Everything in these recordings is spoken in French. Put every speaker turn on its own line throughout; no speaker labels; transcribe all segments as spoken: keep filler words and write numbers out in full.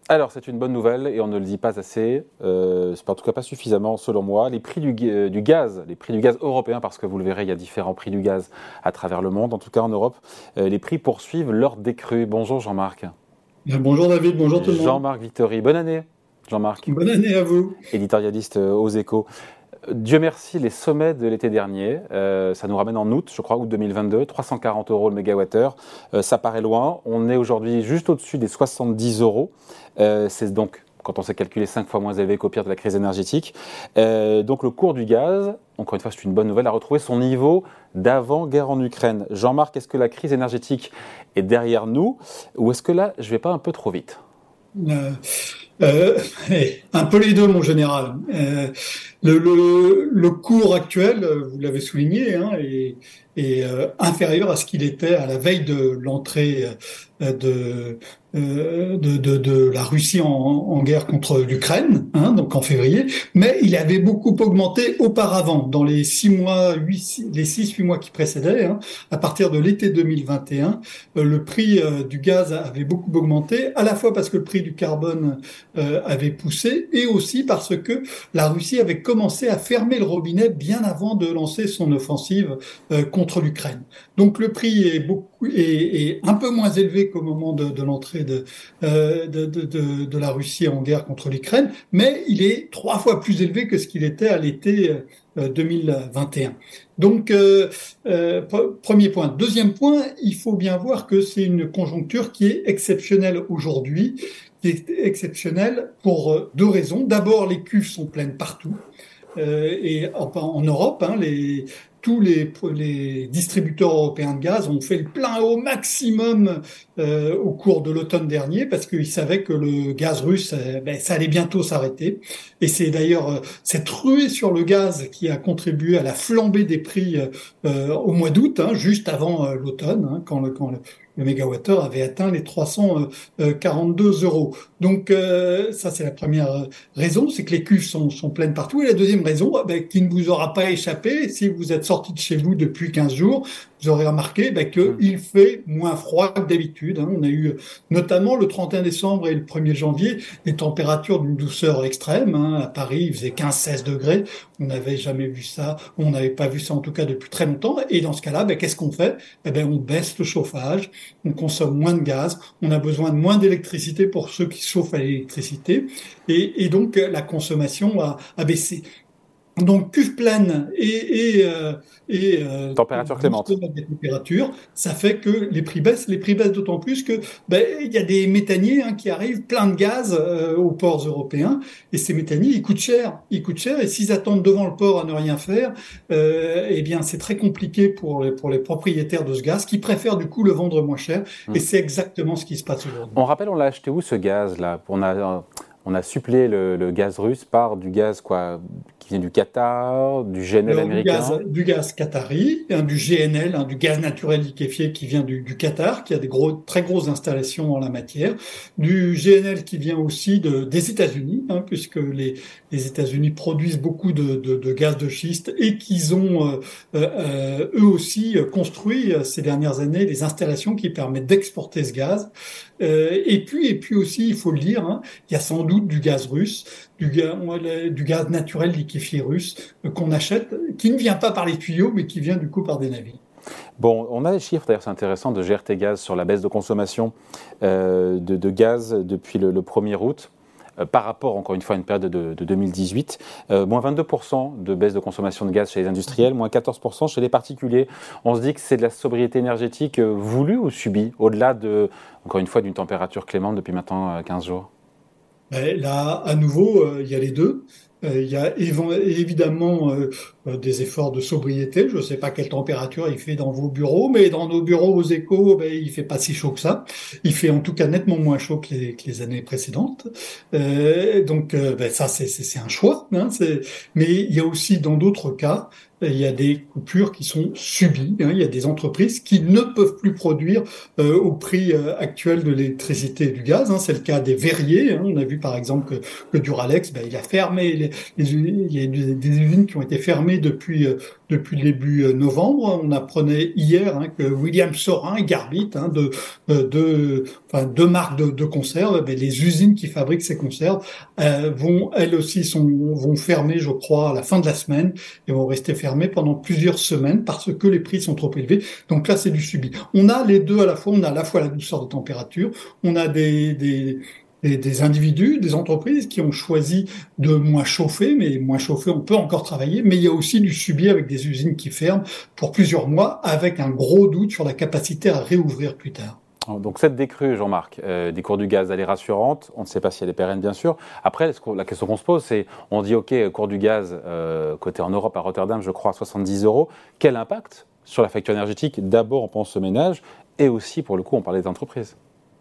Alors, c'est une bonne nouvelle et on ne le dit pas assez, euh, c'est en tout cas pas suffisamment selon moi. Les prix du, euh, du gaz, les prix du gaz européen, parce que vous le verrez, il y a différents prix du gaz à travers le monde, en tout cas en Europe, euh, les prix poursuivent leur décrue. Bonjour Jean-Marc.
Bien, bonjour David, bonjour tout le monde.
Jean-Marc Vittori, bonne année Jean-Marc,
Bonne année à vous.
éditorialiste euh, aux Échos. Dieu merci, les sommets de l'été dernier, euh, ça nous ramène en août, je crois, août deux mille vingt-deux, trois cent quarante euros le mégawattheure. Euh, ça paraît loin, on est aujourd'hui juste au-dessus des soixante-dix euros. Euh, c'est donc, quand on s'est calculé, cinq fois moins élevé qu'au pire de la crise énergétique. Euh, donc le cours du gaz, encore une fois, c'est une bonne nouvelle, a retrouvé son niveau d'avant-guerre en Ukraine. Jean-Marc, est-ce que la crise énergétique est derrière nous ou est-ce que là, je ne vais pas un peu trop vite ?
Euh, euh, un peu les deux, mon général. Euh, le, le, le cours actuel, vous l'avez souligné, hein, est, est euh, inférieur à ce qu'il était à la veille de l'entrée euh, de, euh, de, de, de la Russie en, en guerre contre l'Ukraine, hein, donc en février. Mais il avait beaucoup augmenté auparavant, dans les six mois, huit, les six, huit mois qui précédaient. Hein, à partir de l'été deux mille vingt et un, euh, le prix euh, du gaz avait beaucoup augmenté, à la fois parce que le prix du carbone euh, avait poussé, et aussi parce que la Russie avait commencé à fermer le robinet bien avant de lancer son offensive euh, contre l'Ukraine. Donc le prix est, beaucoup, est, est un peu moins élevé qu'au moment de, de l'entrée de, euh, de, de, de, de la Russie en guerre contre l'Ukraine, mais il est trois fois plus élevé que ce qu'il était à l'été euh, deux mille vingt et un. Donc, euh, euh, premier point. Deuxième point, il faut bien voir que c'est une conjoncture qui est exceptionnelle aujourd'hui, qui est exceptionnelle pour deux raisons. D'abord, les cuves sont pleines partout. Euh, et en, en Europe, hein, les, tous les, les distributeurs européens de gaz ont fait le plein au maximum euh, au cours de l'automne dernier parce qu'ils savaient que le gaz russe, euh, ben, ça allait bientôt s'arrêter. Et c'est d'ailleurs euh, cette ruée sur le gaz qui a contribué à la flambée des prix euh, au mois d'août, hein, juste avant euh, l'automne, hein, quand le, quand le le mégawattheure avait atteint les trois cent quarante-deux euros. Donc euh, ça, c'est la première raison, c'est que les cuves sont, sont pleines partout. Et la deuxième raison, ben, qui ne vous aura pas échappé, si vous êtes sorti de chez vous depuis quinze jours, vous aurez remarqué ben, qu'il fait moins froid que d'habitude. Hein. On a eu notamment le trente et un décembre et le premier janvier des températures d'une douceur extrême. Hein. À Paris, il faisait quinze seize degrés. On n'avait jamais vu ça. On n'avait pas vu ça en tout cas depuis très longtemps. Et dans ce cas-là, ben, qu'est-ce qu'on fait? Eh ben, on baisse le chauffage, on consomme moins de gaz, on a besoin de moins d'électricité pour ceux qui chauffent à l'électricité. Et, et donc, la consommation a, a baissé. Donc, cuve pleine et, et, euh, et euh,
Température clémente.
des températures, ça fait que les prix baissent. Les prix baissent d'autant plus que ben, il y a des méthaniers hein, qui arrivent plein de gaz euh, aux ports européens, et ces méthaniers ils coûtent cher. Ils coûtent cher, et s'ils attendent devant le port à ne rien faire, euh, eh bien c'est très compliqué pour les, pour les propriétaires de ce gaz qui préfèrent du coup le vendre moins cher.
Mmh.
Et c'est exactement ce qui se passe aujourd'hui.
On rappelle, on l'a acheté où ce gaz là? On a On a suppléé le, le gaz russe par du gaz quoi, qui vient du Qatar, du G N L
Alors, du
américain.
gaz, du gaz qatari, hein, du G N L, hein, du gaz naturel liquéfié qui vient du, du Qatar, qui a des gros, très grosses installations en la matière, du G N L qui vient aussi de, des États-Unis, hein, puisque les, les États-Unis produisent beaucoup de, de, de gaz de schiste et qu'ils ont euh, euh, eux aussi construit euh, ces dernières années des installations qui permettent d'exporter ce gaz. Euh, et puis, et puis aussi, il faut le dire, hein, il y a sans doute du gaz russe, du gaz, du gaz naturel liquéfié russe euh, qu'on achète, qui ne vient pas par les tuyaux, mais qui vient du coup par des navires.
Bon, on a des chiffres, d'ailleurs c'est intéressant, de G R T Gaz sur la baisse de consommation euh, de, de gaz depuis le, le premier août. Euh, par rapport, encore une fois, à une période de, de deux mille dix-huit, euh, moins vingt-deux pour cent de baisse de consommation de gaz chez les industriels, moins quatorze pour cent chez les particuliers. On se dit que c'est de la sobriété énergétique euh, voulue ou subie, au-delà, de, encore une fois, d'une température clémente depuis maintenant euh, quinze jours?
Ben, là, à nouveau, euh, il y a les deux. Euh, il y a évan- évidemment euh, euh, des efforts de sobriété. Je ne sais pas quelle température il fait dans vos bureaux, mais dans nos bureaux aux Échos, ben, il fait pas si chaud que ça. Il fait en tout cas nettement moins chaud que les, que les années précédentes. Euh, donc euh, ben, ça, c'est c'est- c'est un choix. Hein, c'est- mais il y a aussi dans d'autres cas, il y a des coupures qui sont subies. Hein, il y a des entreprises qui ne peuvent plus produire euh, au prix euh, actuel de l'électricité et du gaz. Hein. C'est le cas des verriers. Hein. On a vu par exemple que, que Duralex, ben, il a fermé les, les, il y a des, des usines qui ont été fermées appris depuis euh, depuis le début euh, novembre. On apprenait hier hein, que William Saurin et Garbit, hein, de, de, de, enfin, deux marques de, de conserves, mais les usines qui fabriquent ces conserves euh, vont elles aussi sont, vont fermer, je crois, à la fin de la semaine et vont rester fermées pendant plusieurs semaines parce que les prix sont trop élevés. Donc là, c'est du subi. On a les deux à la fois. On a à la fois la douceur de température, on a des, des des, des individus, des entreprises qui ont choisi de moins chauffer, mais moins chauffer, on peut encore travailler, mais il y a aussi du subi avec des usines qui ferment pour plusieurs mois, avec un gros doute sur la capacité à réouvrir plus tard.
Donc cette décrue, Jean-Marc, euh, des cours du gaz, elle est rassurante. On ne sait pas si elle est pérenne, bien sûr. Après, la question qu'on se pose, c'est, on dit, OK, cours du gaz, euh, côté en Europe, à Rotterdam, je crois, à soixante-dix euros. Quel impact sur la facture énergétique? D'abord, on pense aux ménages, et aussi, pour le coup, on parlait des entreprises.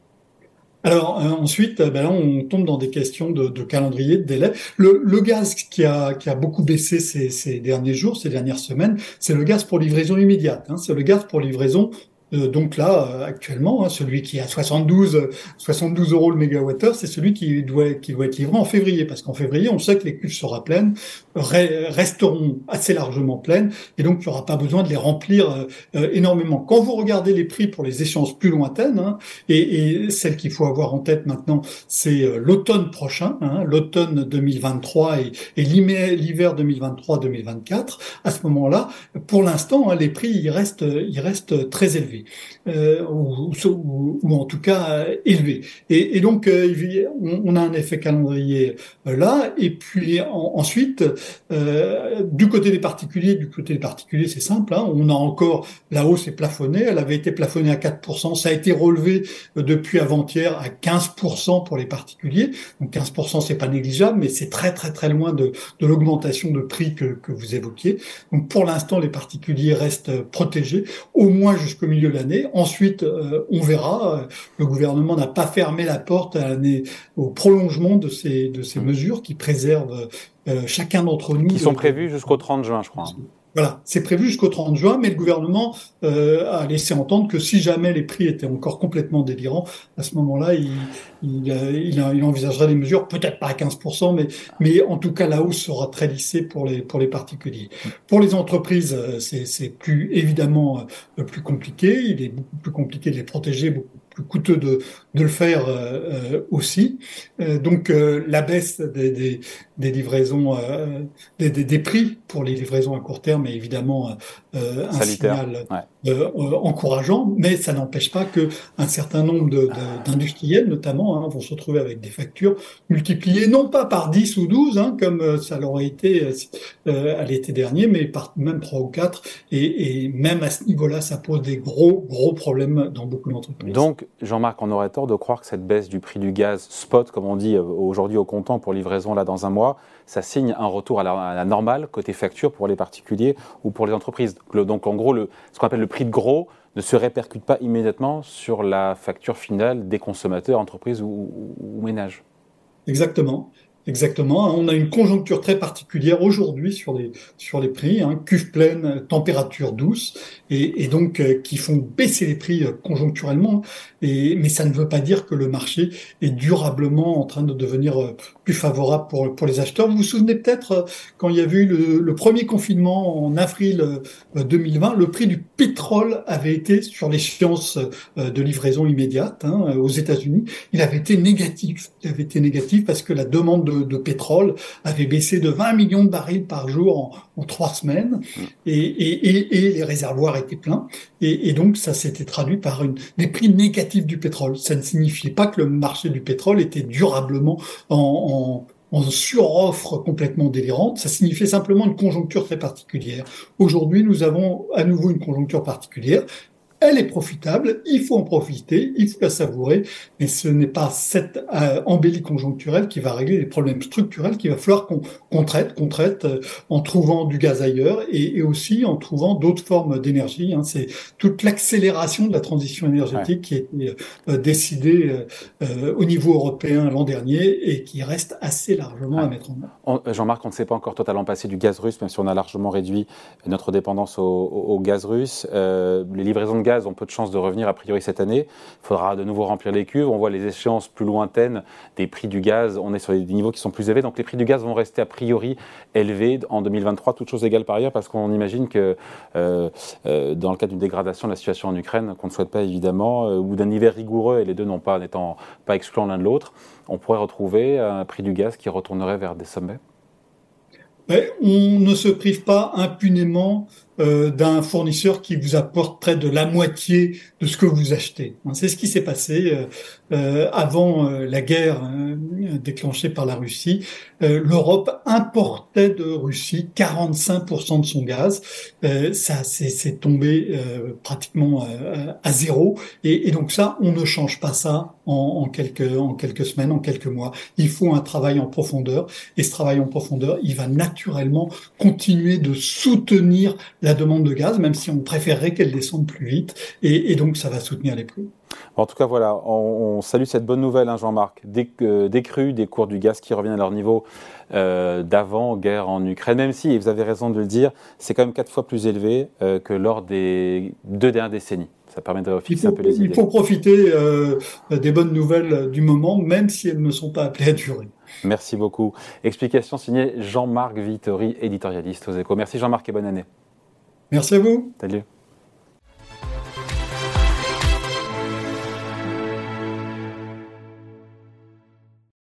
Alors euh, ensuite, ben là, on tombe dans des questions de, de calendrier, de délai. Le, le gaz qui a, qui a beaucoup baissé ces, ces derniers jours, ces dernières semaines, c'est le gaz pour livraison immédiate. Hein, c'est le gaz pour livraison. Euh, donc là, euh, actuellement, hein, celui qui est à soixante-douze, soixante-douze euros le mégawattheure, c'est celui qui doit, qui doit être livré en février, parce qu'en février, on sait que les cuves seront pleines, re- resteront assez largement pleines, et donc il n'y aura pas besoin de les remplir euh, euh, énormément. Quand vous regardez les prix pour les échéances plus lointaines, hein, et, et celle qu'il faut avoir en tête maintenant, c'est euh, l'automne prochain, hein, l'automne deux mille vingt-trois et, et l'hiver deux mille vingt-trois deux mille vingt-quatre. À ce moment-là, pour l'instant, hein, les prix ils restent, ils restent très élevés. Euh, ou, ou, ou en tout cas euh, élevé. Et, et donc euh, on, on a un effet calendrier euh, là. Et puis en, ensuite, euh, du côté des particuliers, du côté des particuliers, c'est simple. Hein, on a encore la hausse est plafonnée. Elle avait été plafonnée à quatre pour cent. Ça a été relevé euh, depuis avant-hier à quinze pour cent pour les particuliers. Donc quinze pour cent, c'est pas négligeable, mais c'est très très très loin de, de l'augmentation de prix que, que vous évoquiez. Donc pour l'instant, les particuliers restent protégés, au moins jusqu'au milieu de l'année. Ensuite, euh, on verra. Le gouvernement n'a pas fermé la porte à l'année, au prolongement de ces, de ces mesures qui préservent euh, chacun d'entre nous.
Qui sont
de,
prévues jusqu'au trente juin, je crois.
Voilà, c'est prévu jusqu'au trente juin, mais le gouvernement euh, a laissé entendre que si jamais les prix étaient encore complètement délirants, à ce moment-là, il, il, il, il envisagerait des mesures, peut-être pas à quinze pour cent, mais, mais en tout cas, la hausse sera très lissée pour les, pour les particuliers. Pour les entreprises, c'est, c'est plus évidemment euh, plus compliqué. Il est beaucoup plus compliqué de les protéger, beaucoup plus coûteux de, de le faire euh, aussi. Euh, donc, euh, la baisse des, des, des livraisons, euh, des, des, des prix pour les livraisons à court terme, évidemment euh, un
Sanitaire,
signal
ouais.
euh, euh, encourageant, mais ça n'empêche pas que un certain nombre de, de, d'industriels, notamment, hein, vont se retrouver avec des factures multipliées, non pas par dix ou douze, hein, comme ça l'aurait été euh, à l'été dernier, mais par même trois ou quatre, et, et même à ce niveau-là, ça pose des gros, gros problèmes dans beaucoup d'entreprises.
Donc, Jean-Marc, on aurait tort de croire que cette baisse du prix du gaz spot, comme on dit aujourd'hui au comptant pour livraison là dans un mois, ça signe un retour à la, à la normale côté facture pour les particuliers ou pour les entreprises. Le, donc en gros, le, ce qu'on appelle le prix de gros ne se répercute pas immédiatement sur la facture finale des consommateurs, entreprises ou, ou, ou ménages.
Exactement. Exactement. On a une conjoncture très particulière aujourd'hui sur les sur les prix, hein, cuve pleine, température douce, et, et donc euh, qui font baisser les prix euh, conjoncturellement. Et mais ça ne veut pas dire que le marché est durablement en train de devenir euh, plus favorable pour pour les acheteurs. Vous vous souvenez peut-être euh, quand il y a eu le, le premier confinement en avril euh, deux mille vingt, le prix du pétrole avait été sur l'échéance euh, de livraison immédiate hein, aux États-Unis, il avait été négatif. Il avait été négatif parce que la demande de de pétrole avait baissé de vingt millions de barils par jour en, en trois semaines et, et, et, et les réservoirs étaient pleins et, et donc ça s'était traduit par une, des prix négatifs du pétrole. Ça ne signifiait pas que le marché du pétrole était durablement en, en en suroffre complètement délirante, ça signifiait simplement une conjoncture très particulière. Aujourd'hui, nous avons à nouveau une conjoncture particulière. Elle est profitable, il faut en profiter, il faut la savourer, mais ce n'est pas cette euh, embellie conjoncturelle qui va régler les problèmes structurels qu'il va falloir qu'on, qu'on traite, qu'on traite euh, en trouvant du gaz ailleurs et, et aussi en trouvant d'autres formes d'énergie. Hein. C'est toute l'accélération de la transition énergétique ouais. qui a été euh, décidée euh, euh, au niveau européen l'an dernier et qui reste assez largement ouais. à mettre en œuvre.
On, Jean-Marc, on ne s'est pas encore totalement passé du gaz russe, même si on a largement réduit notre dépendance au, au, au gaz russe. Euh, les livraisons de gaz ont peu de chances de revenir a priori cette année. Il faudra de nouveau remplir les cuves. On voit les échéances plus lointaines des prix du gaz. On est sur des niveaux qui sont plus élevés. Donc les prix du gaz vont rester a priori élevés en deux mille vingt-trois, toutes choses égales par ailleurs, parce qu'on imagine que euh, euh, dans le cas d'une dégradation de la situation en Ukraine, qu'on ne souhaite pas évidemment, euh, ou d'un hiver rigoureux, et les deux n'ont pas, n'étant pas excluants l'un de l'autre, on pourrait retrouver un prix du gaz qui retournerait vers des sommets.
Mais on ne se prive pas impunément euh, d'un fournisseur qui vous apporte près de la moitié de ce que vous achetez. C'est ce qui s'est passé euh, euh, avant euh, la guerre euh, déclenchée par la Russie. Euh, L'Europe importait de Russie quarante-cinq pour cent de son gaz. Euh, ça, c'est tombé euh, pratiquement euh, à zéro. Et, et donc ça, on ne change pas ça en, en quelques en quelques semaines, en quelques mois. Il faut un travail en profondeur. Et ce travail en profondeur, il va naturellement continuer de soutenir la demande de gaz, même si on préférerait qu'elle descende plus vite. Et, et donc, ça va soutenir les prix.
En tout cas, voilà, on, on salue cette bonne nouvelle, hein, Jean-Marc. Des, euh, des crues, des cours du gaz qui reviennent à leur niveau euh, d'avant guerre en Ukraine, même si, et vous avez raison de le dire, c'est quand même quatre fois plus élevé euh, que lors des deux dernières décennies. Ça permet de fixer
faut,
un peu les idées.
Il faut profiter euh, des bonnes nouvelles du moment, même si elles ne sont pas appelées à durer.
Merci beaucoup. Explication signée Jean-Marc Vittori, éditorialiste aux Échos. Merci Jean-Marc et bonne année.
Merci à vous.
Salut.